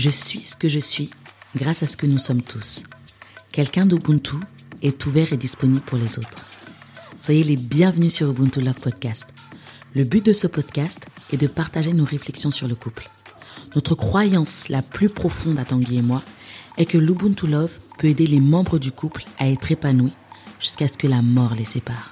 Je suis ce que je suis grâce à ce que nous sommes tous. Quelqu'un d'Ubuntu est ouvert et disponible pour les autres. Soyez les bienvenus sur Ubuntu Love Podcast. Le but de ce podcast est de partager nos réflexions sur le couple. Notre croyance la plus profonde à Tanguy et moi est que l'Ubuntu Love peut aider les membres du couple à être épanouis jusqu'à ce que la mort les sépare.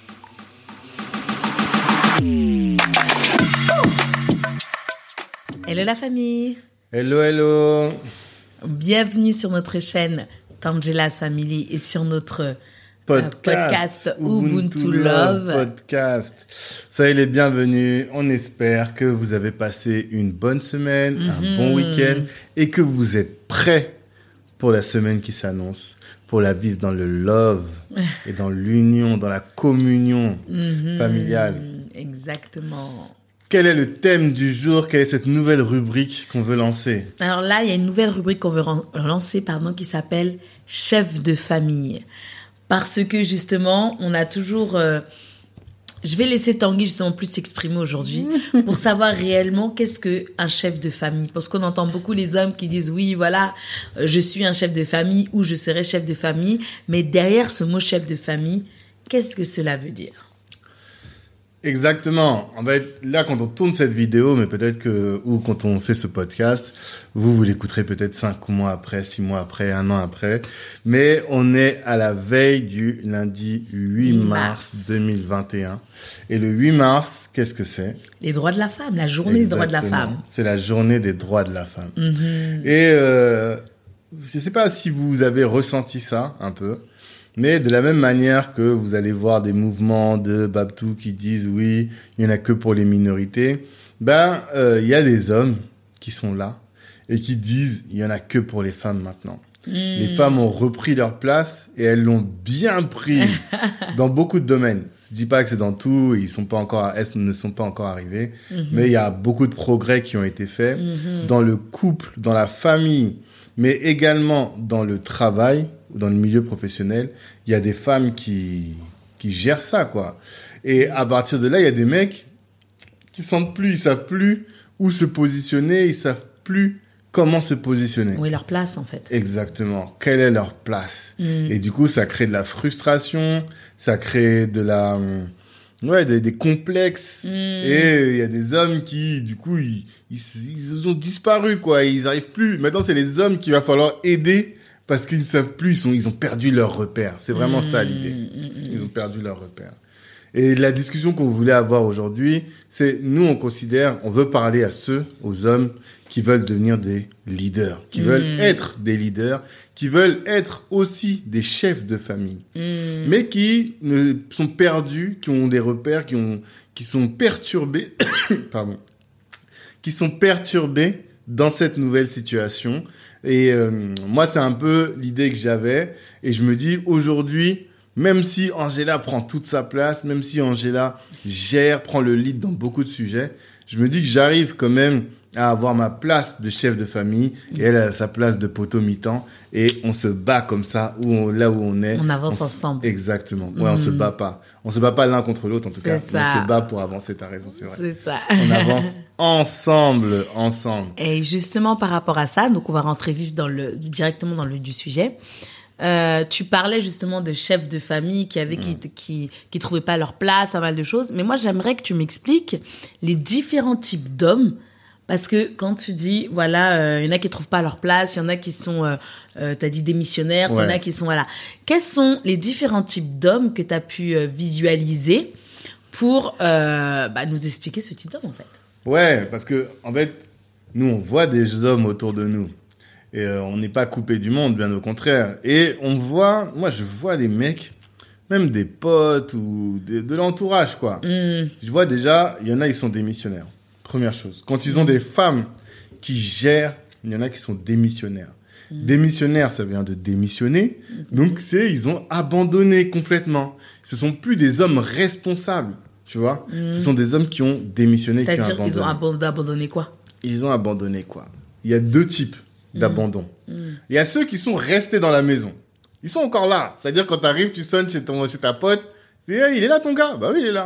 Hello la famille. Hello, hello. Bienvenue sur notre chaîne Tangela's Family et sur notre podcast Ubuntu Love Podcast. Soyez les bienvenus. On espère que vous avez passé une bonne semaine, un bon week-end et que vous êtes prêts pour la semaine qui s'annonce, pour la vivre dans le love et dans l'union, dans la communion familiale. Exactement. Quel est le thème du jour? Quelle est cette nouvelle rubrique qu'on veut lancer? Alors là, il y a une nouvelle rubrique qu'on veut lancer, qui s'appelle chef de famille. Parce que justement, on a toujours... Je vais laisser Tanguy justement plus s'exprimer aujourd'hui pour savoir réellement qu'est-ce qu'un chef de famille. Parce qu'on entend beaucoup les hommes qui disent « Oui, voilà, je suis un chef de famille » ou « Je serai chef de famille ». Mais derrière ce mot chef de famille, qu'est-ce que cela veut dire? Exactement. En fait, là, quand on tourne cette vidéo, mais peut-être que, ou quand on fait ce podcast, vous l'écouterez peut-être 5 mois après, 6 mois après, 1 an après. Mais on est à la veille du lundi 8 mars 2021. Et le 8 mars, qu'est-ce que c'est? Les droits de la femme, la journée des droits de la femme. C'est la journée des droits de la femme. Et, je sais pas si vous avez ressenti ça un peu. Mais de la même manière que vous allez voir des mouvements de Babtou qui disent oui, il y en a que pour les minorités, il y a des hommes qui sont là et qui disent il y en a que pour les femmes maintenant. Les femmes ont repris leur place et elles l'ont bien prise dans beaucoup de domaines. Je dis pas que c'est dans tout, elles ne sont pas encore arrivées, mais il y a beaucoup de progrès qui ont été faits dans le couple, dans la famille, mais également dans le travail, dans le milieu professionnel. Il y a des femmes qui gèrent ça, quoi. Et à partir de là, il y a des mecs qui sentent plus, ils savent plus où se positionner, ils savent plus comment se positionner. Où est leur place, en fait. Exactement. Quelle est leur place? Et du coup, ça crée de la frustration, ça crée de la... des complexes. Et il y a des hommes qui, du coup, ils ont disparu, quoi. Ils arrivent plus. Maintenant, c'est les hommes qu'il va falloir aider parce qu'ils ne savent plus. Ils ont perdu leur repère. C'est vraiment ça, l'idée. Ils ont perdu leur repère. Et la discussion qu'on voulait avoir aujourd'hui, c'est, nous, on veut parler aux hommes qui veulent devenir des leaders, qui veulent être des leaders, qui veulent être aussi des chefs de famille, mais qui sont perdus, qui ont des repères, qui sont perturbés, qui sont perturbés dans cette nouvelle situation. Et moi, c'est un peu l'idée que j'avais. Et je me dis, aujourd'hui, même si Angela prend toute sa place, même si Angela prend le lead dans beaucoup de sujets, je me dis que j'arrive quand même à avoir ma place de chef de famille et elle a sa place de poteau mi-temps et on se bat comme ça là où on est. On avance ensemble. Exactement. Ouais, on se bat pas. On se bat pas l'un contre l'autre en tout cas. On se bat pour avancer, t'as raison, c'est vrai. C'est ça. On avance ensemble. Et justement par rapport à ça, donc on va rentrer directement dans le du sujet. Tu parlais justement de chefs de famille qui trouvaient pas leur place, pas mal de choses. Mais moi, j'aimerais que tu m'expliques les différents types d'hommes. Parce que quand tu dis, voilà, il y en a qui trouvent pas leur place, il y en a qui sont, t'as dit démissionnaires, il y en a qui sont, voilà. Quels sont les différents types d'hommes que t'as pu visualiser pour nous expliquer ce type d'homme, en fait? Ouais, parce que, en fait, nous, on voit des hommes autour de nous. Et on n'est pas coupé du monde, bien au contraire. Et moi, je vois des mecs, même des potes ou de l'entourage, quoi. Je vois déjà, il y en a, ils sont démissionnaires. Première chose. Quand ils ont des femmes qui gèrent, il y en a qui sont démissionnaires. Démissionnaire, ça vient de démissionner. Donc, ils ont abandonné complètement. Ce sont plus des hommes responsables, tu vois. Ce sont des hommes qui ont démissionné, qui ont abandonné. C'est-à-dire qu'ils ont abandonné quoi? Ils ont abandonné quoi? Il y a 2 types d'abandon. Il y a ceux qui sont restés dans la maison. Ils sont encore là. C'est-à-dire, quand tu arrives, tu sonnes chez ta pote, tu dis, hey, il est là ton gars? Bah oui, il est là.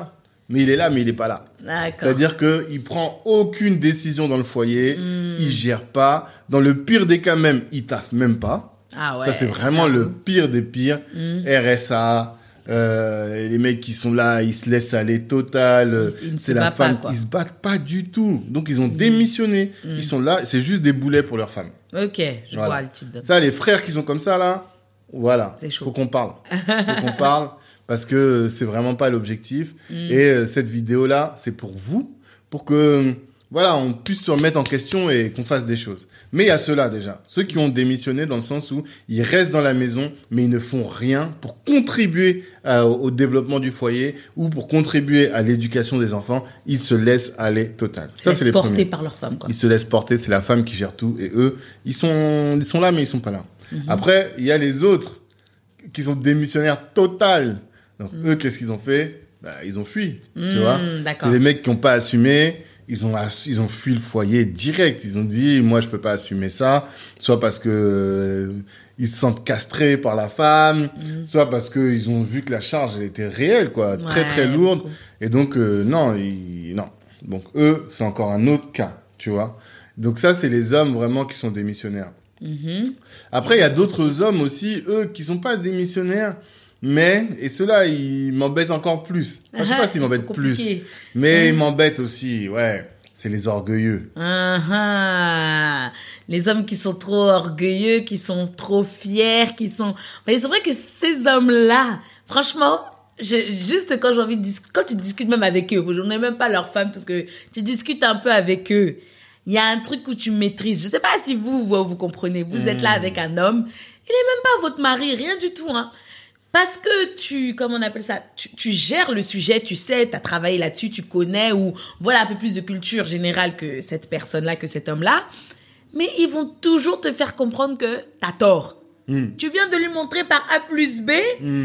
mais il est là, mais il est pas là. D'accord. C'est-à-dire que il prend aucune décision dans le foyer, il gère pas. Dans le pire des cas même, il taffe même pas. Ah ouais. Ça, c'est vraiment le pire des pires. RSA, les mecs qui sont là, ils se laissent aller total. Ils ne se C'est la battent femme, pas, quoi. ils se battent pas du tout. Donc, ils ont démissionné. Ils sont là, c'est juste des boulets pour leur femme. Ok, je Voilà. vois le type d'homme. Ça, les frères qui sont comme ça, là, voilà. C'est chaud. Faut qu'on parle. Faut qu'on parle parce que c'est vraiment pas l'objectif. Et cette vidéo-là, c'est pour vous, pour que, voilà, on puisse se remettre en question et qu'on fasse des choses. Mais il y a ceux-là, déjà. Ceux qui ont démissionné dans le sens où ils restent dans la maison, mais ils ne font rien pour contribuer au développement du foyer ou pour contribuer à l'éducation des enfants. Ils se laissent aller total. Ça, c'est les portés premiers. par leur femme, quoi. Ils se laissent porter, c'est la femme qui gère tout. Et eux, ils sont là, mais ils sont pas là. Après, il y a les autres qui sont démissionnaires total. Donc, eux, qu'est-ce qu'ils ont fait? Bah, ils ont fui, tu vois. D'accord. C'est les mecs qui ont pas assumé. Ils ont fui le foyer direct. Ils ont dit, moi, je peux pas assumer ça. Soit parce que ils se sentent castrés par la femme, soit parce que ils ont vu que la charge elle était réelle, quoi, très très lourde. Beaucoup. Et donc non. Donc eux, c'est encore un autre cas, tu vois. Donc ça, c'est les hommes vraiment qui sont démissionnaires. Après, il y a d'autres hommes aussi, eux, qui sont pas démissionnaires, mais, et ceux-là, ils m'embêtent encore plus. Enfin, je sais pas s'ils m'embêtent plus, mais ils m'embêtent aussi, ouais. C'est les orgueilleux. Les hommes qui sont trop orgueilleux, qui sont trop fiers, qui sont... Mais c'est vrai que ces hommes-là, franchement, juste quand j'ai envie de quand tu discutes même avec eux, on n'est même pas leur femme, parce que tu discutes un peu avec eux. Il y a un truc où tu maîtrises. Je sais pas si vous comprenez. Vous êtes là avec un homme. Il est même pas votre mari, rien du tout, hein. Parce que comment on appelle ça, tu gères le sujet, tu sais, t'as travaillé là-dessus, tu connais, ou voilà un peu plus de culture générale que cette personne-là, que cet homme-là. Mais ils vont toujours te faire comprendre que t'as tort. Tu viens de lui montrer par A plus B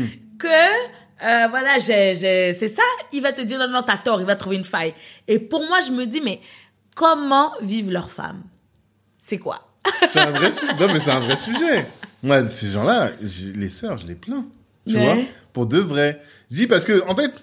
que, voilà, c'est ça. Il va te dire, non, t'as tort, il va trouver une faille. Et pour moi, je me dis, mais comment vivent leurs femmes? C'est quoi? C'est un vrai sujet. Non, mais c'est un vrai sujet. Moi, ces gens-là, les sœurs, je les plains. Tu vois, pour de vrai. Je dis parce que, en fait,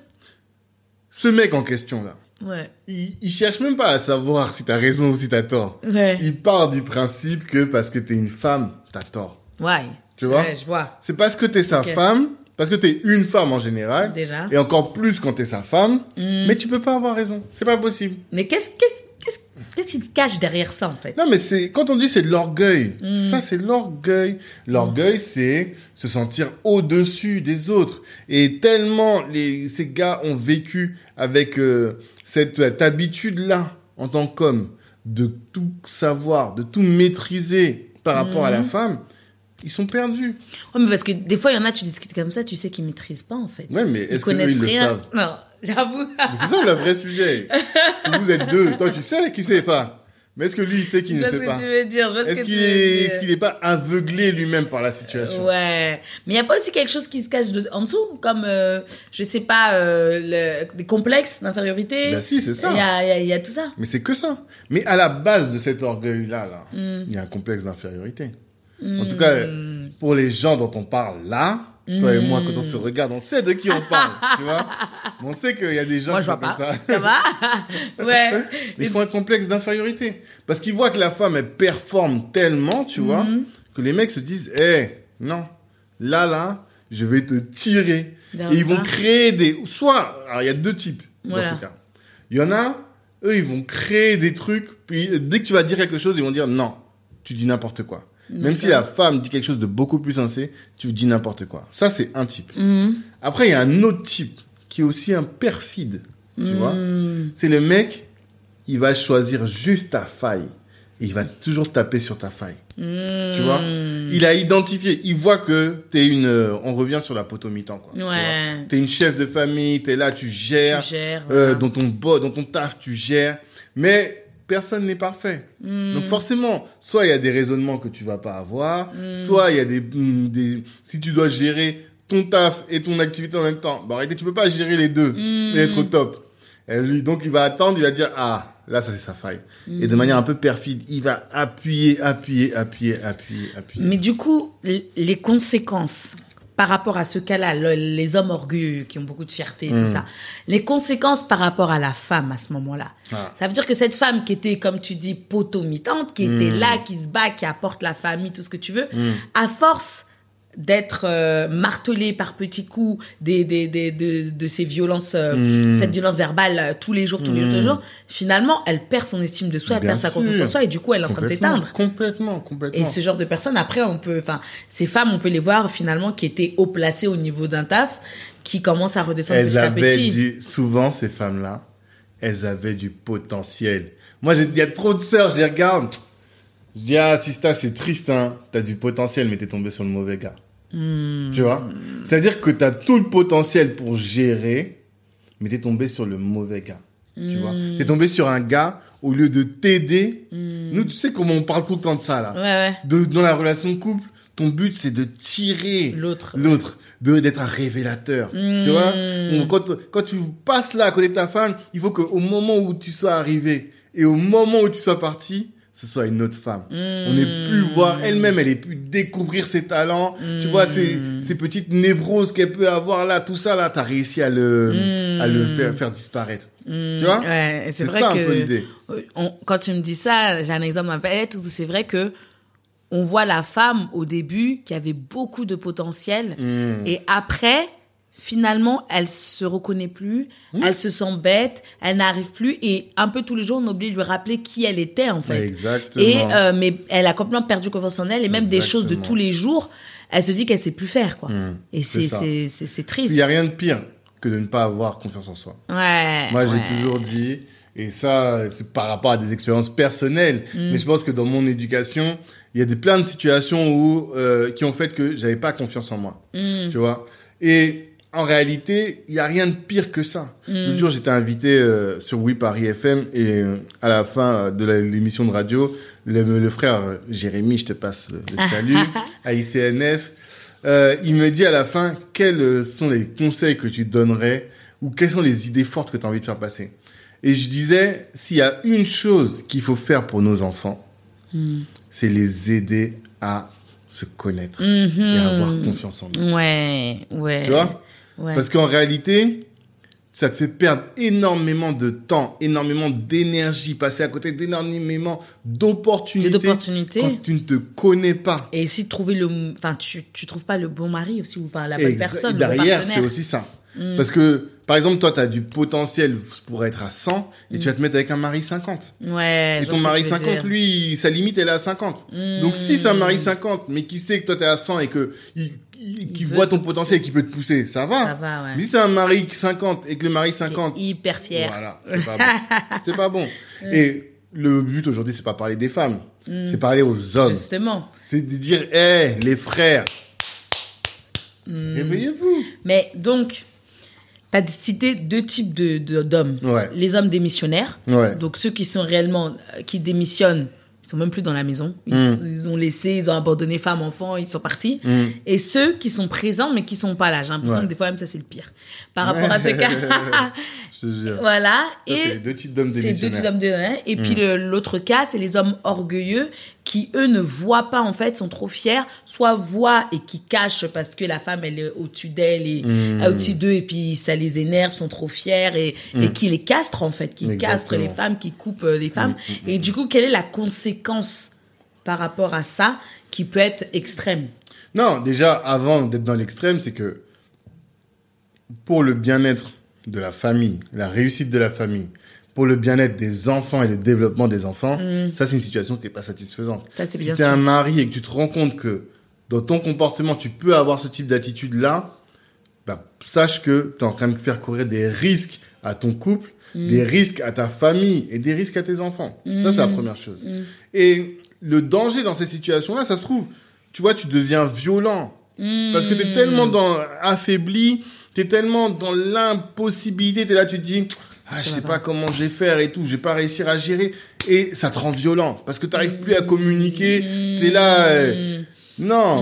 ce mec en question, là, il cherche même pas à savoir si t'as raison ou si t'as tort. Il part du principe que parce que t'es une femme, t'as tort. Tu vois? Je vois. C'est parce que t'es sa femme, parce que t'es une femme en général. Déjà. Et encore plus quand t'es sa femme. Mais tu peux pas avoir raison. C'est pas possible. Mais qu'est-ce qui se cache derrière ça, en fait? Non, mais quand on dit c'est de l'orgueil, ça c'est l'orgueil. L'orgueil, c'est se sentir au-dessus des autres. Et tellement ces gars ont vécu avec cette habitude-là, en tant qu'homme, de tout savoir, de tout maîtriser par rapport à la femme, ils sont perdus. Ouais, mais parce que des fois, il y en a, tu discutes comme ça, tu sais qu'ils maîtrisent pas, en fait. Ouais, mais ils est-ce que eux, ils le savent? Non, j'avoue. Mais c'est ça le vrai sujet. Parce que vous êtes deux. Toi, tu sais qu'il sait pas. Mais est-ce que lui, il sait qu'il ne sait pas? Je vois ce que tu veux dire. Est-ce qu'il est pas aveuglé lui-même par la situation? Ouais. Mais il y a pas aussi quelque chose qui se cache en dessous, comme, je sais pas, des complexes d'infériorité. Ben si, c'est ça. Il y a tout ça. Mais c'est que ça. Mais à la base de cet orgueil-là, il y a un complexe d'infériorité. En tout cas, pour les gens dont on parle là, toi et moi, quand on se regarde, on sait de qui on parle, tu vois. On sait qu'il y a des gens qui sont comme ça. Ça va? Ouais. Ils font un complexe d'infériorité. Parce qu'ils voient que la femme, elle performe tellement, tu vois, que les mecs se disent, non, là, je vais te tirer. Et ils vont créer alors il y a deux types dans ce cas. Il y en a, eux, ils vont créer des trucs, puis dès que tu vas dire quelque chose, ils vont dire, non, tu dis n'importe quoi. Même si la femme dit quelque chose de beaucoup plus sensé, tu dis n'importe quoi. Ça, c'est un type. Après, il y a un autre type qui est aussi un perfide, tu vois. C'est le mec, il va choisir juste ta faille. Et il va toujours taper sur ta faille. Tu vois? Il a identifié, il voit que t'es on revient sur la potomitan, quoi. Ouais. T'es une chef de famille, t'es là, tu gères. Voilà. Dans ton taf, tu gères. Mais personne n'est parfait. Donc forcément, soit il y a des raisonnements que tu vas pas avoir, soit il y a si tu dois gérer ton taf et ton activité en même temps, bah arrêtez, tu peux pas gérer les deux et être au top. Et lui, donc il va attendre, il va dire là ça c'est sa faille. Et de manière un peu perfide, il va appuyer. Mais du coup, les conséquences par rapport à ce cas-là, les hommes orgueilleux qui ont beaucoup de fierté et tout ça, les conséquences par rapport à la femme à ce moment-là. Ça veut dire que cette femme qui était, comme tu dis, potomitante, qui était là, qui se bat, qui apporte la famille, tout ce que tu veux, à force d'être martelée par petits coups de ces violences, cette violence verbale tous les jours, finalement, elle perd son estime de soi, elle perd sa confiance en soi et du coup, elle est en train de s'éteindre. Complètement. Et ce genre de personnes, après, ces femmes, on peut les voir finalement qui étaient haut placées au niveau d'un taf, qui commencent à redescendre petit à petit. Souvent, ces femmes-là, elles avaient du potentiel. Moi, il y a trop de sœurs, je les regarde. Je dis, Sista, c'est triste, hein. T'as du potentiel, mais t'es tombé sur le mauvais gars. Tu vois? C'est-à-dire que t'as tout le potentiel pour gérer, mais t'es tombé sur le mauvais gars. Tu vois? T'es tombé sur un gars, au lieu de t'aider. Nous, tu sais comment on parle tout le temps de ça, là. Ouais. Dans la relation de couple, ton but, c'est de tirer l'autre. D'être un révélateur. Tu vois? Quand tu passes là à côté de ta femme, il faut qu'au moment où tu sois arrivé et au moment où tu sois parti, ce soit une autre femme. On n'ait plus voir elle-même, elle ait pu découvrir ses talents, tu vois, ces petites névroses qu'elle peut avoir là, tout ça là, t'as réussi à le faire disparaître. Tu vois? Ouais, c'est vrai ça que un peu l'idée. Quand tu me dis ça, j'ai un exemple à tête où c'est vrai que on voit la femme au début qui avait beaucoup de potentiel et après finalement, elle se reconnaît plus, elle se sent bête, elle n'arrive plus et un peu tous les jours, on oublie de lui rappeler qui elle était en fait. Exactement. Et mais elle a complètement perdu confiance en elle et même des choses de tous les jours, elle se dit qu'elle sait plus faire quoi. Et c'est triste. Il y a rien de pire que de ne pas avoir confiance en soi. Moi, j'ai toujours dit, et ça, c'est par rapport à des expériences personnelles, mais je pense que dans mon éducation, il y a plein de situations qui ont fait que j'avais pas confiance en moi. Tu vois? Et en réalité, il y a rien de pire que ça. L'autre jour, j'étais invité sur Oui Paris FM et à la fin de l'émission de radio, le frère Jérémy, je te passe le salut, à ICNF, il me dit à la fin quels sont les conseils que tu donnerais ou quelles sont les idées fortes que tu as envie de faire passer. Et je disais, s'il y a une chose qu'il faut faire pour nos enfants, c'est les aider à se connaître et à avoir confiance en eux. Ouais. Tu vois? Ouais. Parce qu'en réalité, ça te fait perdre énormément de temps, énormément d'énergie, passer à côté d'énormément d'opportunités quand tu ne te connais pas. Et aussi trouver tu trouves pas le bon mari aussi ou la bonne personne. Derrière, c'est aussi ça. Parce que, par exemple, toi, tu as du potentiel pour être à 100 et tu vas te mettre avec un mari 50. Ouais. Et ton mari 50, lui, sa limite, elle est à 50. Donc, si c'est un mari 50, mais qui sait que toi, tu es à 100 et qui voit ton potentiel et qui peut te pousser, ça va. Ça va, ouais. Mais si c'est un mari 50 et que le mari 50... Qui est hyper fier. Voilà, c'est pas bon. C'est pas bon. Et le but aujourd'hui, c'est pas parler des femmes. C'est parler aux hommes. Justement. C'est de dire, les frères, réveillez-vous. Mais donc... T'as cité deux types d'hommes. Ouais. Les hommes démissionnaires. Ouais. Donc, ceux qui sont réellement, qui démissionnent, ils sont même plus dans la maison. Ils ont laissé, ils ont abandonné femmes, enfants, ils sont partis. Et ceux qui sont présents, mais qui sont pas là. J'ai l'impression que des fois, même ça, c'est le pire. Par rapport à ce cas. Je te jure. Voilà. Ça, c'est les deux types d'hommes démissionnaires. C'est deux types d'hommes démissionnaires. Et puis, l'autre cas, c'est les hommes orgueilleux qui, eux, ne voient pas, en fait, sont trop fiers, soit voient et qui cachent parce que la femme, elle est au-dessus d'elle et au-dessus d'eux et puis ça les énerve, sont trop fiers et qui les castrent, en fait, qui castrent les femmes, qui coupent les femmes. Et du coup, quelle est la conséquence par rapport à ça qui peut être extrême? Non, déjà, avant d'être dans l'extrême, c'est que pour le bien-être de la famille, la réussite de la famille, pour le bien-être des enfants et le développement des enfants, ça, c'est une situation qui n'est pas satisfaisante. Ça, c'est si bien tu es un mari et que tu te rends compte que dans ton comportement, tu peux avoir ce type d'attitude-là, sache que tu es en train de faire courir des risques à ton couple, des risques à ta famille et des risques à tes enfants. Ça, c'est la première chose. Et le danger dans ces situations-là, ça se trouve, tu vois, tu deviens violent. Parce que tu es tellement affaibli, tu es tellement dans l'impossibilité, tu es là, tu te dis... je sais pas comment je vais faire et tout, je vais pas réussir à gérer. Et ça te rend violent, parce que tu n'arrives plus à communiquer. T'es là, non,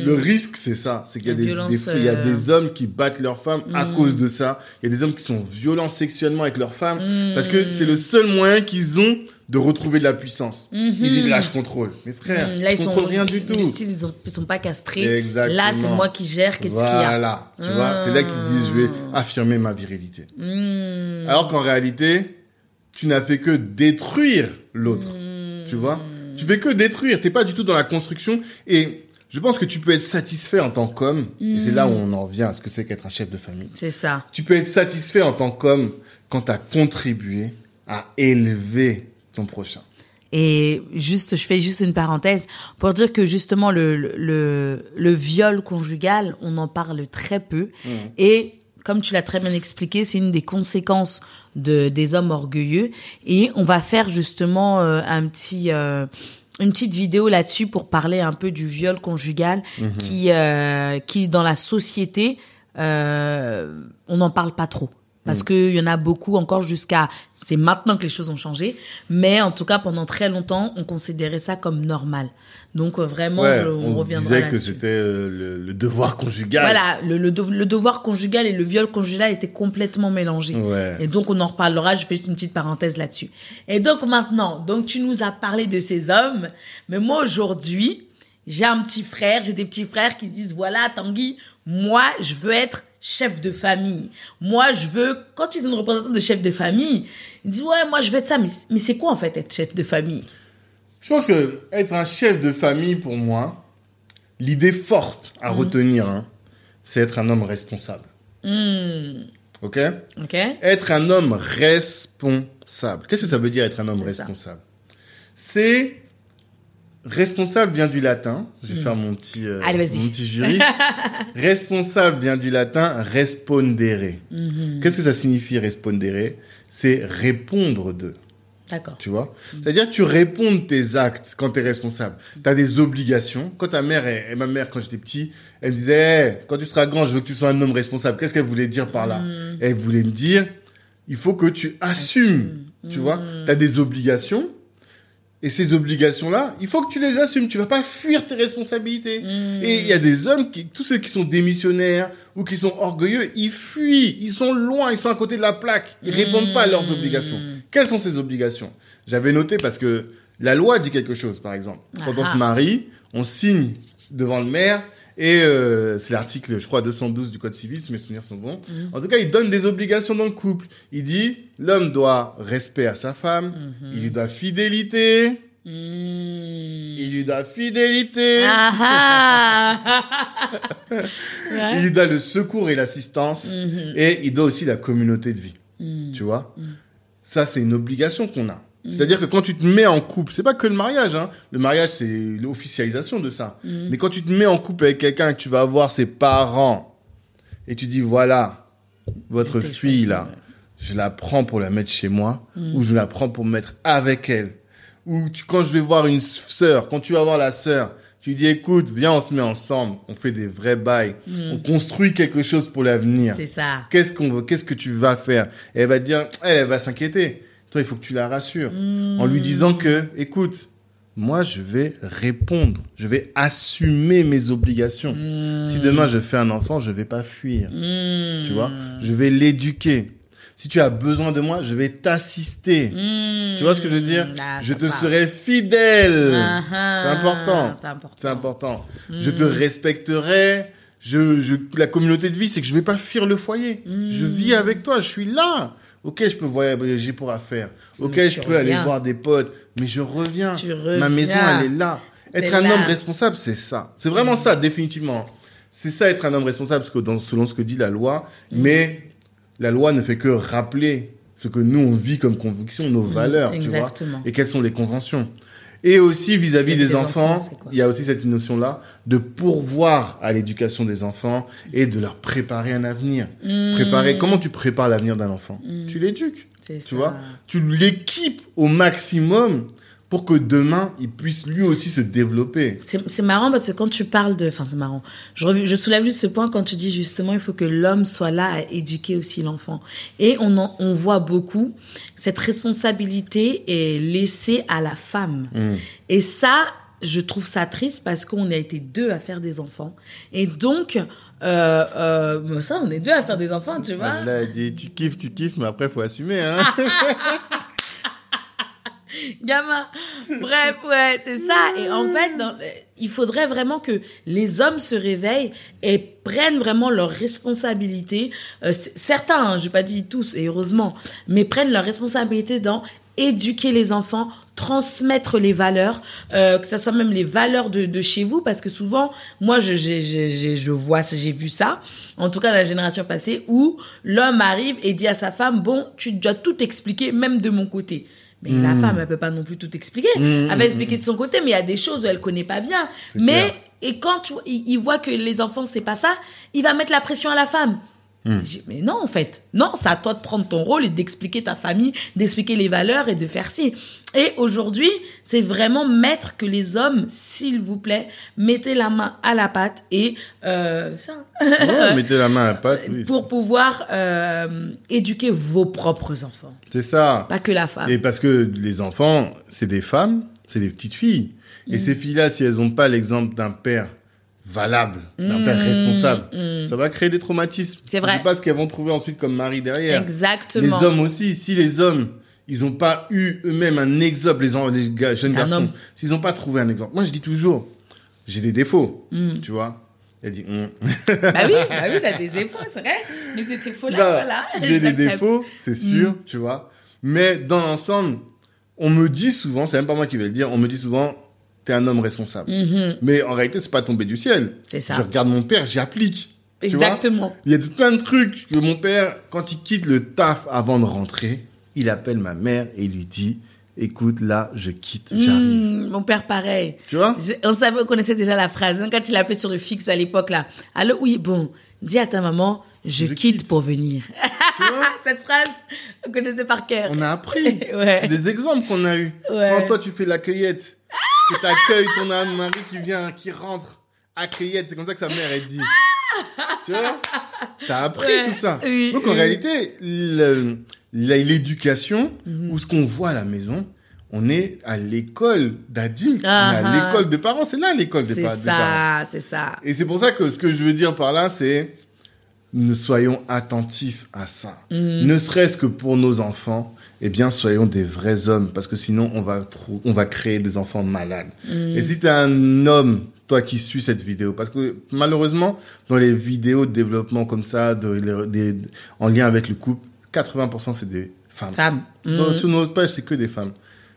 Le risque, c'est ça. C'est qu'il y a violence, il y a des hommes qui battent leurs femmes à cause de ça. Il y a des hommes qui sont violents sexuellement avec leurs femmes parce que c'est le seul moyen qu'ils ont de retrouver de la puissance. Ils disent, là, je contrôle. Mais frère, là, je contrôle rien du tout. Ils sont pas castrés. Exactement. Là, c'est moi qui gère. Qu'est-ce qu'il y a? Voilà. Tu vois, c'est là qu'ils se disent, je vais affirmer ma virilité. Alors qu'en réalité, tu n'as fait que détruire l'autre. Tu vois? Tu fais que détruire. T'es pas du tout dans la construction. Et je pense que tu peux être satisfait en tant qu'homme. Et c'est là où on en revient à ce que c'est qu'être un chef de famille. C'est ça. Tu peux être satisfait en tant qu'homme quand tu as contribué à élever ton prochain. Et juste, je fais juste une parenthèse pour dire que justement le viol conjugal, on en parle très peu. Et comme tu l'as très bien expliqué, c'est une des conséquences des hommes orgueilleux. Et on va faire justement une petite vidéo là-dessus pour parler un peu du viol conjugal qui dans la société, on n'en parle pas trop. Parce qu'il y en a beaucoup encore c'est maintenant que les choses ont changé. Mais en tout cas, pendant très longtemps, on considérait ça comme normal. Donc vraiment, on reviendra là-dessus. On disait que c'était le devoir conjugal. Voilà, le devoir conjugal et le viol conjugal étaient complètement mélangés. Ouais. Et donc, on en reparlera. Je fais juste une petite parenthèse là-dessus. Et donc maintenant, tu nous as parlé de ces hommes. Mais moi, aujourd'hui, j'ai des petits frères qui se disent, voilà, Tanguy, moi, je veux être chef de famille. Moi, quand ils ont une représentation de chef de famille, ils disent, ouais, moi, je veux être ça. Mais c'est quoi, en fait, être chef de famille? Je pense que être un chef de famille, pour moi, l'idée forte à retenir, c'est être un homme responsable. OK? Être un homme responsable. Qu'est-ce que ça veut dire, être un homme responsable? C'est... Responsable vient du latin. Je vais faire mon petit juriste. Responsable vient du latin respondere. Qu'est-ce que ça signifie respondere? C'est répondre de. D'accord. Tu vois? C'est-à-dire tu réponds de tes actes quand tu es responsable. Tu as des obligations. Quand ta mère et ma mère, quand j'étais petit, elle me disait hey, quand tu seras grand, je veux que tu sois un homme responsable. Qu'est-ce qu'elle voulait dire par là? Elle voulait me dire il faut que tu assumes. Tu vois? Tu as des obligations. Et ces obligations-là, il faut que tu les assumes. Tu vas pas fuir tes responsabilités. Et il y a des hommes tous ceux qui sont démissionnaires ou qui sont orgueilleux, ils fuient. Ils sont loin. Ils sont à côté de la plaque. Ils répondent pas à leurs obligations. Quelles sont ces obligations? J'avais noté parce que la loi dit quelque chose, par exemple. Quand on se marie, on signe devant le maire. Et c'est l'article, je crois, 212 du Code civil, si mes souvenirs sont bons. En tout cas, il donne des obligations dans le couple. Il dit, l'homme doit respect à sa femme, il lui doit fidélité, il lui doit fidélité, il lui doit le secours et l'assistance, et il doit aussi la communauté de vie. Tu vois? Ça, c'est une obligation qu'on a. C'est-à-dire que quand tu te mets en couple, c'est pas que le mariage, hein. Le mariage, c'est l'officialisation de ça. Mais quand tu te mets en couple avec quelqu'un et que tu vas voir ses parents et tu dis, voilà, votre fille, là, je la prends pour la mettre chez moi ou je la prends pour me mettre avec elle. Ou quand je vais voir une sœur, quand tu vas voir la sœur, tu lui dis, écoute, viens, on se met ensemble, on fait des vrais bails, on construit quelque chose pour l'avenir. C'est ça. Qu'est-ce qu'on veut, qu'est-ce que tu vas faire? Et elle va te dire, elle va s'inquiéter. Toi, il faut que tu la rassures en lui disant que, écoute, moi, je vais répondre. Je vais assumer mes obligations. Si demain, je fais un enfant, je vais pas fuir. Tu vois? Je vais l'éduquer. Si tu as besoin de moi, je vais t'assister. Tu vois ce que je veux dire? Je te serai fidèle. C'est important. C'est important. Je te respecterai. La communauté de vie, c'est que je vais pas fuir le foyer. Je vis avec toi. Je suis là. Ok, je peux voyager pour affaires. Ok, je peux aller voir des potes. Mais je reviens. Ma maison, elle est là. Être un homme responsable, c'est ça. C'est vraiment ça, définitivement. C'est ça, être un homme responsable, selon ce que dit la loi. Mais la loi ne fait que rappeler ce que nous, on vit comme conviction, nos valeurs, tu vois. Et quelles sont les conventions. Et aussi, vis-à-vis des enfants, il y a aussi cette notion-là de pourvoir à l'éducation des enfants et de leur préparer un avenir. Comment tu prépares l'avenir d'un enfant? Tu l'éduques, tu vois. Tu l'équipes au maximum pour que demain, il puisse lui aussi se développer. C'est marrant parce que quand tu parles Enfin, c'est marrant. Je soulève juste ce point quand tu dis justement, il faut que l'homme soit là à éduquer aussi l'enfant. Et on voit beaucoup, cette responsabilité est laissée à la femme. Et ça, je trouve ça triste parce qu'on a été 2 à faire des enfants. Et donc, ça, on est 2 à faire des enfants, tu vois. Là, elle dit, tu kiffes, mais après, faut assumer, hein. Gamin. Bref, ouais, c'est ça. Et en fait, il faudrait vraiment que les hommes se réveillent et prennent vraiment leurs responsabilités. Certains, hein, je n'ai pas dit tous, et heureusement, mais prennent leurs responsabilités dans éduquer les enfants, transmettre les valeurs, que ça soit même les valeurs de chez vous, parce que souvent, moi, j'ai vu ça, en tout cas dans la génération passée, où l'homme arrive et dit à sa femme, bon, tu dois tout expliquer, même de mon côté. Mais la femme, elle peut pas non plus tout expliquer. Elle va expliquer de son côté, mais il y a des choses où elle connaît pas bien. Et quand il voit que les enfants, c'est pas ça, il va mettre la pression à la femme. Mais non, en fait. Non, c'est à toi de prendre ton rôle et d'expliquer ta famille, d'expliquer les valeurs et de faire ci. Et aujourd'hui, c'est vraiment mettre que les hommes, s'il vous plaît, mettez la main à la pâte et ça. Ouais, mettez la main à la pâte, oui. Pour pouvoir éduquer vos propres enfants. C'est ça. Pas que la femme. Et parce que les enfants, c'est des femmes, c'est des petites filles. Et ces filles-là, si elles n'ont pas l'exemple d'un père valable, d'un père responsable, ça va créer des traumatismes. C'est vrai. Je sais pas ce qu'elles vont trouver ensuite comme mari derrière. Exactement. Les hommes aussi, si les hommes, ils n'ont pas eu eux-mêmes un exemple, les gars, jeunes garçons, s'ils n'ont pas trouvé un exemple. Moi, je dis toujours, j'ai des défauts, tu vois. Elle dit, Bah oui, t'as des défauts, c'est vrai. Mais ces défauts-là, voilà. J'ai des défauts, c'est sûr, tu vois. Mais dans l'ensemble, on me dit souvent, c'est même pas moi qui vais le dire, on me dit souvent, t'es un homme responsable. Mais en réalité, c'est pas tombé du ciel. C'est ça. Je regarde mon père, j'y applique. Exactement. Il y a plein de trucs que mon père, quand il quitte le taf avant de rentrer, il appelle ma mère et il lui dit, écoute, là, je quitte, j'arrive. Mon père, pareil. Tu vois? On connaissait déjà la phrase. Hein, quand il appelait sur le fixe à l'époque, là. Allô, oui, bon, dis à ta maman, je quitte pour venir. Tu vois? Cette phrase, on connaissait par cœur. On a appris. Ouais. C'est des exemples qu'on a eus. Ouais. Quand toi, tu fais la cueillette, que t'accueilles ton mari qui rentre à cueillette, c'est comme ça que sa mère, elle dit. Tu vois? T'as appris tout ça. Oui, donc, en réalité, l'éducation, ou ce qu'on voit à la maison, on est à l'école d'adultes, on est à l'école de parents. C'est là l'école des parents. C'est ça. Et c'est pour ça que ce que je veux dire par là, c'est nous soyons attentifs à ça. Ne serait-ce que pour nos enfants, eh bien, soyons des vrais hommes, parce que sinon, on va créer des enfants malades. Et si tu es un homme, toi qui suis cette vidéo, parce que malheureusement, dans les vidéos de développement comme ça, en lien avec le couple, 80% c'est des femmes. Sur notre page, c'est que des femmes.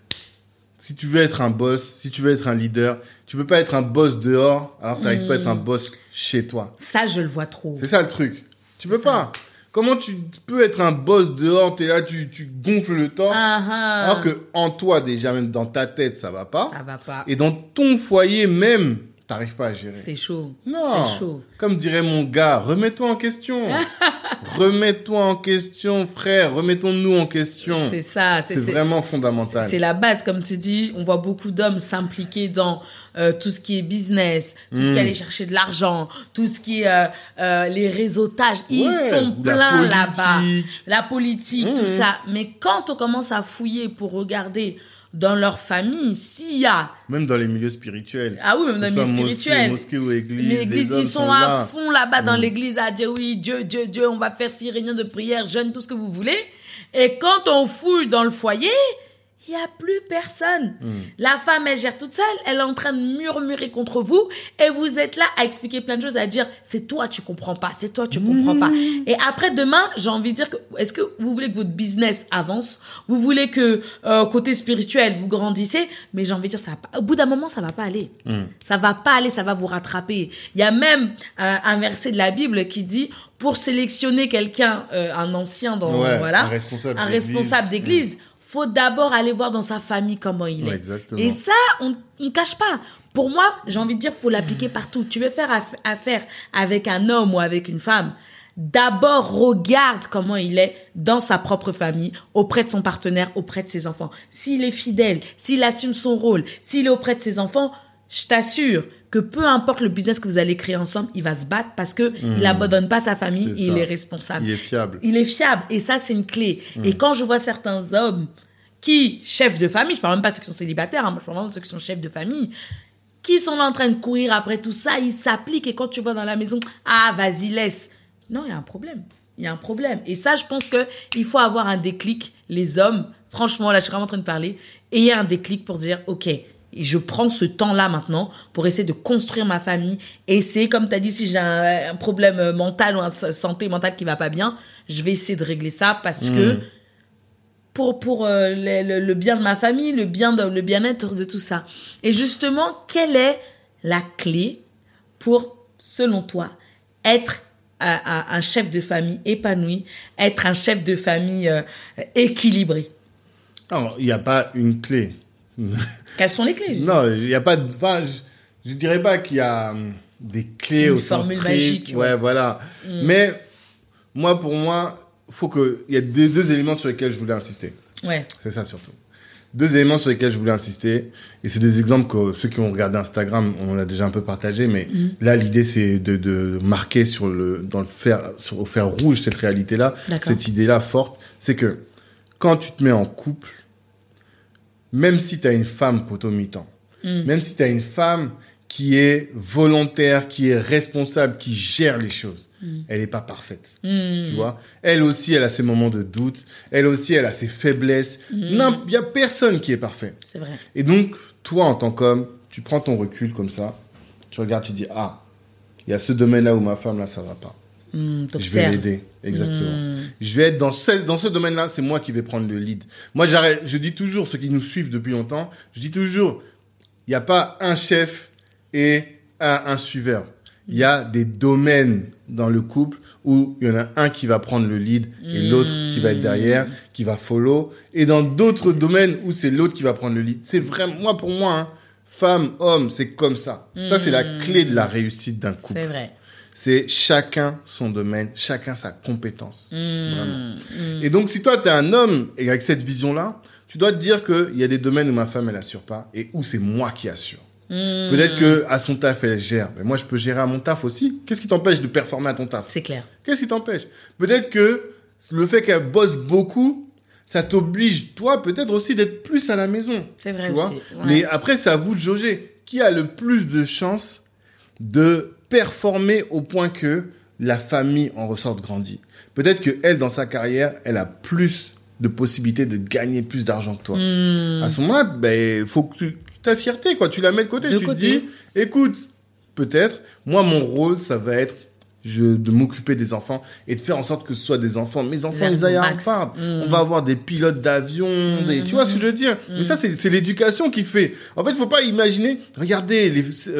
Si tu veux être un boss, si tu veux être un leader, tu peux pas être un boss dehors, alors tu n'arrives pas à être un boss chez toi. Ça, je le vois trop. C'est ça le truc. Tu peux pas. Comment tu peux être un boss dehors, t'es là, tu gonfles le torse, alors que en toi, déjà, même dans ta tête, ça va pas. Ça va pas. Et dans ton foyer même, t'arrives pas à gérer. C'est chaud. Non. C'est chaud. Comme dirait mon gars, remets-toi en question. Remets-toi en question, frère. Remettons-nous en question. C'est ça. C'est vraiment fondamental. C'est la base. Comme tu dis, on voit beaucoup d'hommes s'impliquer dans tout ce qui est business, tout ce qui est aller chercher de l'argent, tout ce qui est les réseautages. Ils sont pleins là-bas. La politique, tout ça. Mais quand on commence à fouiller pour regarder dans leur famille, s'il y a... Même dans les milieux spirituels. Ah oui, même dans les milieux spirituels. Mosquée ou église. L'église, ils sont à fond là-bas dans l'église à dire oui, Dieu, on va faire 6 réunions de prière, jeûne, tout ce que vous voulez. Et quand on fouille dans le foyer, il n'y a plus personne. La femme, elle gère toute seule, elle est en train de murmurer contre vous et vous êtes là à expliquer plein de choses, à dire c'est toi, tu comprends pas, c'est toi, tu comprends pas. Et après, demain, j'ai envie de dire que est-ce que vous voulez que votre business avance? Vous voulez que côté spirituel, vous grandissez? Mais j'ai envie de dire, ça va pas, au bout d'un moment, ça va pas aller. Ça va pas aller, ça va vous rattraper. Il y a même un verset de la Bible qui dit pour sélectionner quelqu'un, un ancien dans, voilà, un responsable d'église, faut d'abord aller voir dans sa famille comment il est. Exactement. Et ça, on ne cache pas. Pour moi, j'ai envie de dire, faut l'appliquer partout. Tu veux faire affaire avec un homme ou avec une femme, d'abord regarde comment il est dans sa propre famille, auprès de son partenaire, auprès de ses enfants. S'il est fidèle, s'il assume son rôle, s'il est auprès de ses enfants, je t'assure que peu importe le business que vous allez créer ensemble, il va se battre parce que il abandonne pas sa famille et il est responsable. Il est fiable. Il est fiable et ça, c'est une clé. Et quand je vois certains hommes chefs de famille, je parle même pas ceux qui sont célibataires, moi je parle vraiment de ceux qui sont chefs de famille, qui sont là en train de courir après tout ça, ils s'appliquent et quand tu vas dans la maison, ah, vas-y, laisse. Non, il y a un problème. Il y a un problème. Et ça, je pense que il faut avoir un déclic, les hommes. Franchement, là, je suis vraiment en train de parler. Ayez un déclic pour dire, OK, je prends ce temps-là maintenant pour essayer de construire ma famille. Essayer, comme tu as dit, si j'ai un problème mental ou une santé mentale qui va pas bien, je vais essayer de régler ça parce que pour le bien de ma famille, le bien-être de tout ça. Et justement, quelle est la clé pour, selon toi, être un chef de famille épanoui, être un chef de famille équilibré? Alors, il n'y a pas une clé. Quelles sont les clés? Non, il n'y a pas de... Enfin, je dirais pas qu'il y a des clés une au sens formule strict. magique. Ouais, voilà. Mais pour moi, il y a deux éléments sur lesquels je voulais insister. Ouais. C'est ça surtout. Deux éléments sur lesquels je voulais insister. Et c'est des exemples que ceux qui ont regardé Instagram, on l'a déjà un peu partagé. Mais là, l'idée, c'est de marquer au fer rouge cette réalité-là. D'accord. Cette idée-là forte. C'est que quand tu te mets en couple, même si tu as une femme potomitan, même si tu as une femme qui est volontaire, qui est responsable, qui gère les choses, elle n'est pas parfaite. Tu vois? Elle aussi, elle a ses moments de doute. Elle aussi, elle a ses faiblesses. Il n'y a personne qui est parfait. C'est vrai. Et donc, toi, en tant qu'homme, tu prends ton recul comme ça, tu regardes, tu dis, ah, il y a ce domaine-là où ma femme, là, ça va pas. Je vais l'aider, exactement. Je vais être dans ce domaine-là, c'est moi qui vais prendre le lead. Moi, je dis toujours, ceux qui nous suivent depuis longtemps, je dis toujours, il n'y a pas un chef et un suiveur. Il y a des domaines dans le couple où il y en a un qui va prendre le lead et l'autre qui va être derrière, qui va follow. Et dans d'autres domaines où c'est l'autre qui va prendre le lead. C'est vraiment, pour moi, hein, femme, homme, c'est comme ça. Ça, c'est la clé de la réussite d'un couple. C'est vrai. C'est chacun son domaine, chacun sa compétence. Vraiment. Et donc, si toi, tu es un homme et avec cette vision-là, tu dois te dire qu'il y a des domaines où ma femme, elle assure pas et où c'est moi qui assure. Peut-être que à son taf, elle gère. Mais moi, je peux gérer à mon taf aussi. Qu'est-ce qui t'empêche de performer à ton taf? C'est clair. Qu'est-ce qui t'empêche? Peut-être que le fait qu'elle bosse beaucoup, ça t'oblige, toi, peut-être aussi d'être plus à la maison. C'est vrai tu vois. aussi. Ouais. Mais après, c'est à vous de jauger. Qui a le plus de chances de performer au point que la famille en ressorte grandie? Peut-être que elle, dans sa carrière, elle a plus de possibilités de gagner plus d'argent que toi. À ce moment-là, ben, faut que ta fierté, quoi, tu la mets de côté. Tu te dis, écoute, peut-être, moi, mon rôle, ça va être de m'occuper des enfants et de faire en sorte que ce soit des enfants. Mes enfants, ils aillent à Harvard. On va avoir des pilotes d'avion, tu vois ce que je veux dire? Mais ça, c'est l'éducation qui fait. En fait, il faut pas imaginer, regardez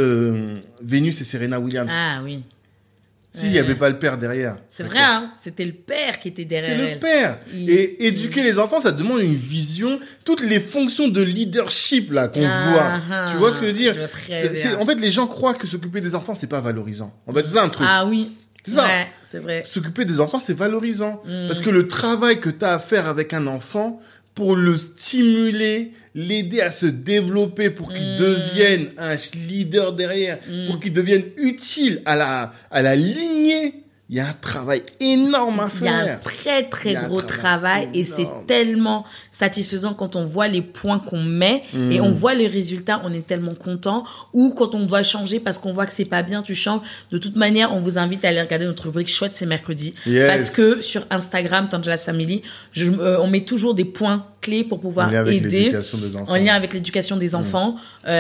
Vénus et Serena Williams. Ah oui. S'il n'y avait pas le père derrière. C'est vrai, hein. C'était le père qui était derrière elle. C'est le père. Et éduquer les enfants, ça demande une vision. Toutes les fonctions de leadership, là, qu'on voit. Tu vois ce que je veux dire? En fait, les gens croient que s'occuper des enfants, c'est pas valorisant. En fait, c'est ça un truc. Ah oui. C'est ça. Ouais, c'est vrai. S'occuper des enfants, c'est valorisant. Parce que le travail que tu as à faire avec un enfant, pour le stimuler, l'aider à se développer pour qu'il devienne un leader derrière, pour qu'il devienne utile à la lignée, il y a un travail énorme à faire. Il y a un très, très gros travail et c'est tellement satisfaisant quand on voit les points qu'on met et on voit les résultats, on est tellement content. Ou quand on doit changer parce qu'on voit que c'est pas bien, tu changes. De toute manière, on vous invite à aller regarder notre rubrique Chouette, c'est mercredi. Yes. Parce que sur Instagram, Tangela's Family, on met toujours des points clés pour pouvoir aider. En lien avec l'éducation des enfants.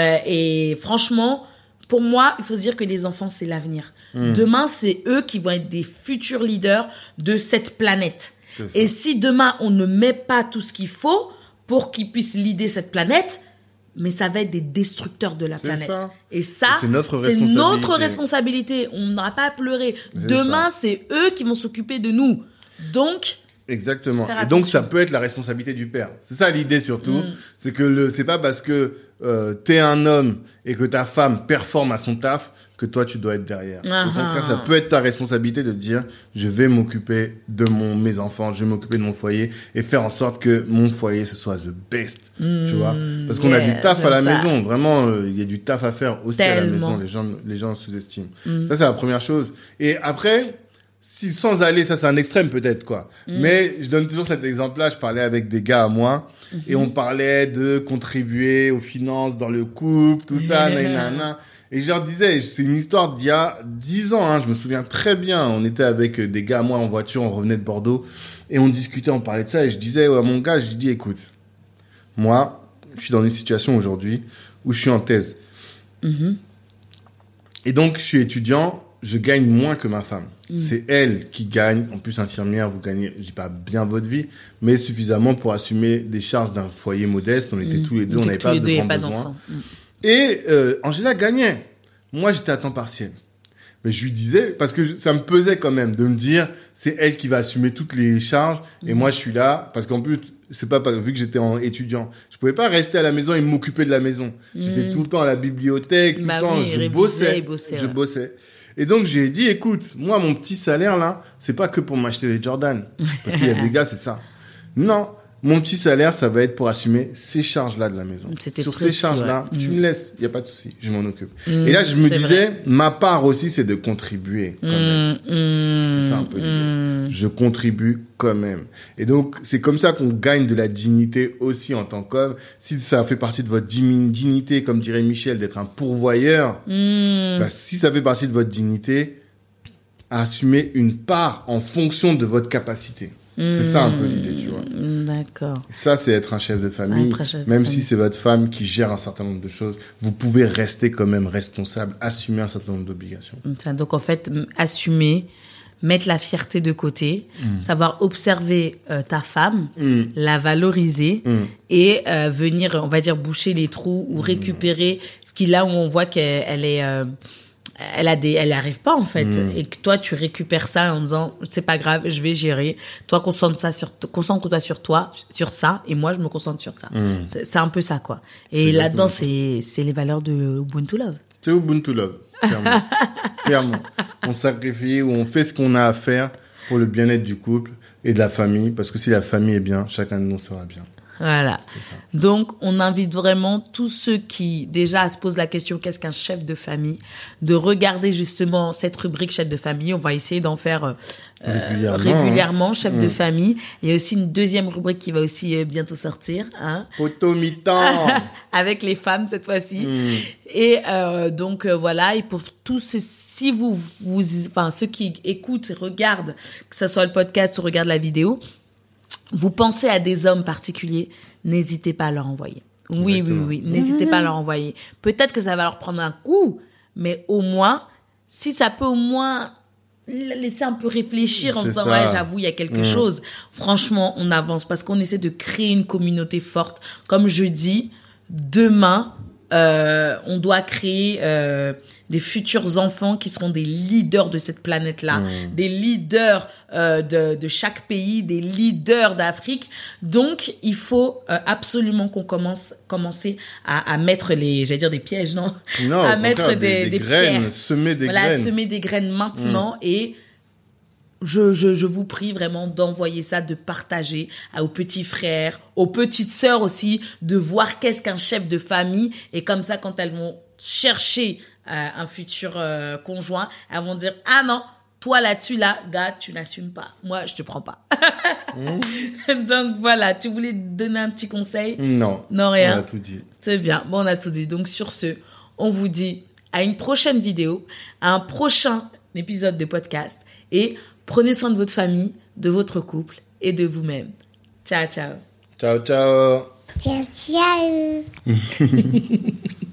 Et franchement, pour moi, il faut se dire que les enfants, c'est l'avenir. Demain, c'est eux qui vont être des futurs leaders de cette planète. Et si demain, on ne met pas tout ce qu'il faut pour qu'ils puissent leader cette planète, mais ça va être des destructeurs de la planète. Ça. Et ça, c'est notre responsabilité. On n'aura pas à pleurer. Demain, c'est eux qui vont s'occuper de nous. Donc... Exactement. Et donc, ça peut être la responsabilité du père. C'est ça l'idée surtout. C'est que c'est pas parce que t'es un homme et que ta femme performe à son taf que toi, tu dois être derrière. Au contraire, ça peut être ta responsabilité de dire, je vais m'occuper de mes enfants, je vais m'occuper de mon foyer et faire en sorte que mon foyer, ce soit the best. Tu vois? Parce qu'on a du taf à la maison. Vraiment, il y a du taf à faire aussi à la maison. Les gens sous-estiment. Ça, c'est la première chose. Et après, sans aller, ça c'est un extrême peut-être, quoi. Mais je donne toujours cet exemple-là. Je parlais avec des gars à moi et on parlait de contribuer aux finances dans le couple, tout ça, nanana. Et je leur disais, c'est une histoire d'il y a 10 ans, hein, je me souviens très bien. On était avec des gars à moi en voiture, on revenait de Bordeaux et on discutait, on parlait de ça et je disais à mon gars, je lui dis, écoute, moi, je suis dans une situation aujourd'hui où je suis en thèse. Et donc, je suis étudiant, je gagne moins que ma femme. C'est elle qui gagne. En plus, infirmière, vous gagnez, je dis pas bien votre vie, mais suffisamment pour assumer des charges d'un foyer modeste. On était tous les deux, on n'avait pas de grands besoins. Et Angela gagnait. Moi, j'étais à temps partiel. Mais je lui disais, parce que ça me pesait quand même de me dire, c'est elle qui va assumer toutes les charges et moi, je suis là. Parce qu'en plus, c'est pas vu que j'étais étudiant, je pouvais pas rester à la maison et m'occuper de la maison. J'étais tout le temps à la bibliothèque, tout le temps, je bossais. Et donc, j'ai dit, écoute, moi, mon petit salaire, là, c'est pas que pour m'acheter des Jordan. Parce qu'il y a des gars, c'est ça. Non, mon petit salaire, ça va être pour assumer ces charges-là de la maison. Sur ces charges-là, tu me laisses, il n'y a pas de souci, je m'en occupe. Et là, je me disais, ma part aussi, c'est de contribuer quand même. C'est ça un peu l'idée. Je contribue quand même. Et donc, c'est comme ça qu'on gagne de la dignité aussi en tant qu'homme. Si ça fait partie de votre dignité, comme dirait Michel, d'être un pourvoyeur, bah, si ça fait partie de votre dignité, assumez une part en fonction de votre capacité. C'est ça un peu l'idée, tu vois. D'accord. Ça, c'est être un chef de famille. Même si c'est votre femme qui gère un certain nombre de choses, vous pouvez rester quand même responsable, assumer un certain nombre d'obligations. Donc, en fait, assumer, mettre la fierté de côté, savoir observer ta femme, la valoriser et venir, on va dire, boucher les trous ou récupérer ce qui, là où on voit qu'elle est... elle arrive pas en fait et que toi tu récupères ça en disant c'est pas grave, je vais gérer, toi concentre-toi sur toi, sur ça et moi je me concentre sur ça. C'est un peu ça quoi. Et là-dedans c'est les valeurs de Ubuntu Love. C'est Ubuntu Love, clairement. Clairement. On sacrifie ou on fait ce qu'on a à faire pour le bien-être du couple et de la famille, parce que si la famille est bien, chacun de nous sera bien. Voilà. Donc, on invite vraiment tous ceux qui, déjà, se posent la question, qu'est-ce qu'un chef de famille, de regarder justement cette rubrique chef de famille. On va essayer d'en faire régulièrement, chef de famille. Il y a aussi une deuxième rubrique qui va aussi bientôt sortir. Hein. Potomitan. Avec les femmes, cette fois-ci. Et donc, voilà. Et pour tous ces... Si ceux qui écoutent et regardent, que ce soit le podcast ou regardent la vidéo, vous pensez à des hommes particuliers, n'hésitez pas à leur envoyer. Oui, n'hésitez pas à leur envoyer. Peut-être que ça va leur prendre un coup, mais au moins, si ça peut au moins laisser un peu réfléchir en disant, ouais, j'avoue, il y a quelque chose. Franchement, on avance parce qu'on essaie de créer une communauté forte. Comme je dis, demain, on doit créer des futurs enfants qui seront des leaders de cette planète-là, des leaders de chaque pays, des leaders d'Afrique. Donc, il faut absolument qu'on commence à mettre des pièges, non, à mettre des graines, pierres. Semer des graines. Voilà, semer des graines maintenant et je vous prie vraiment d'envoyer ça, de partager aux petits frères, aux petites sœurs aussi, de voir qu'est-ce qu'un chef de famille. Et comme ça, quand elles vont chercher un futur conjoint, elles vont dire « Ah non, toi là-dessus, là, gars, tu n'assumes pas. Moi, je te prends pas. » Donc voilà, tu voulais donner un petit conseil ? Non, rien. On a tout dit. C'est bien, bon, on a tout dit. Donc sur ce, on vous dit à une prochaine vidéo, à un prochain épisode de podcast et prenez soin de votre famille, de votre couple et de vous-même. Ciao, ciao. Ciao, ciao. Ciao, ciao.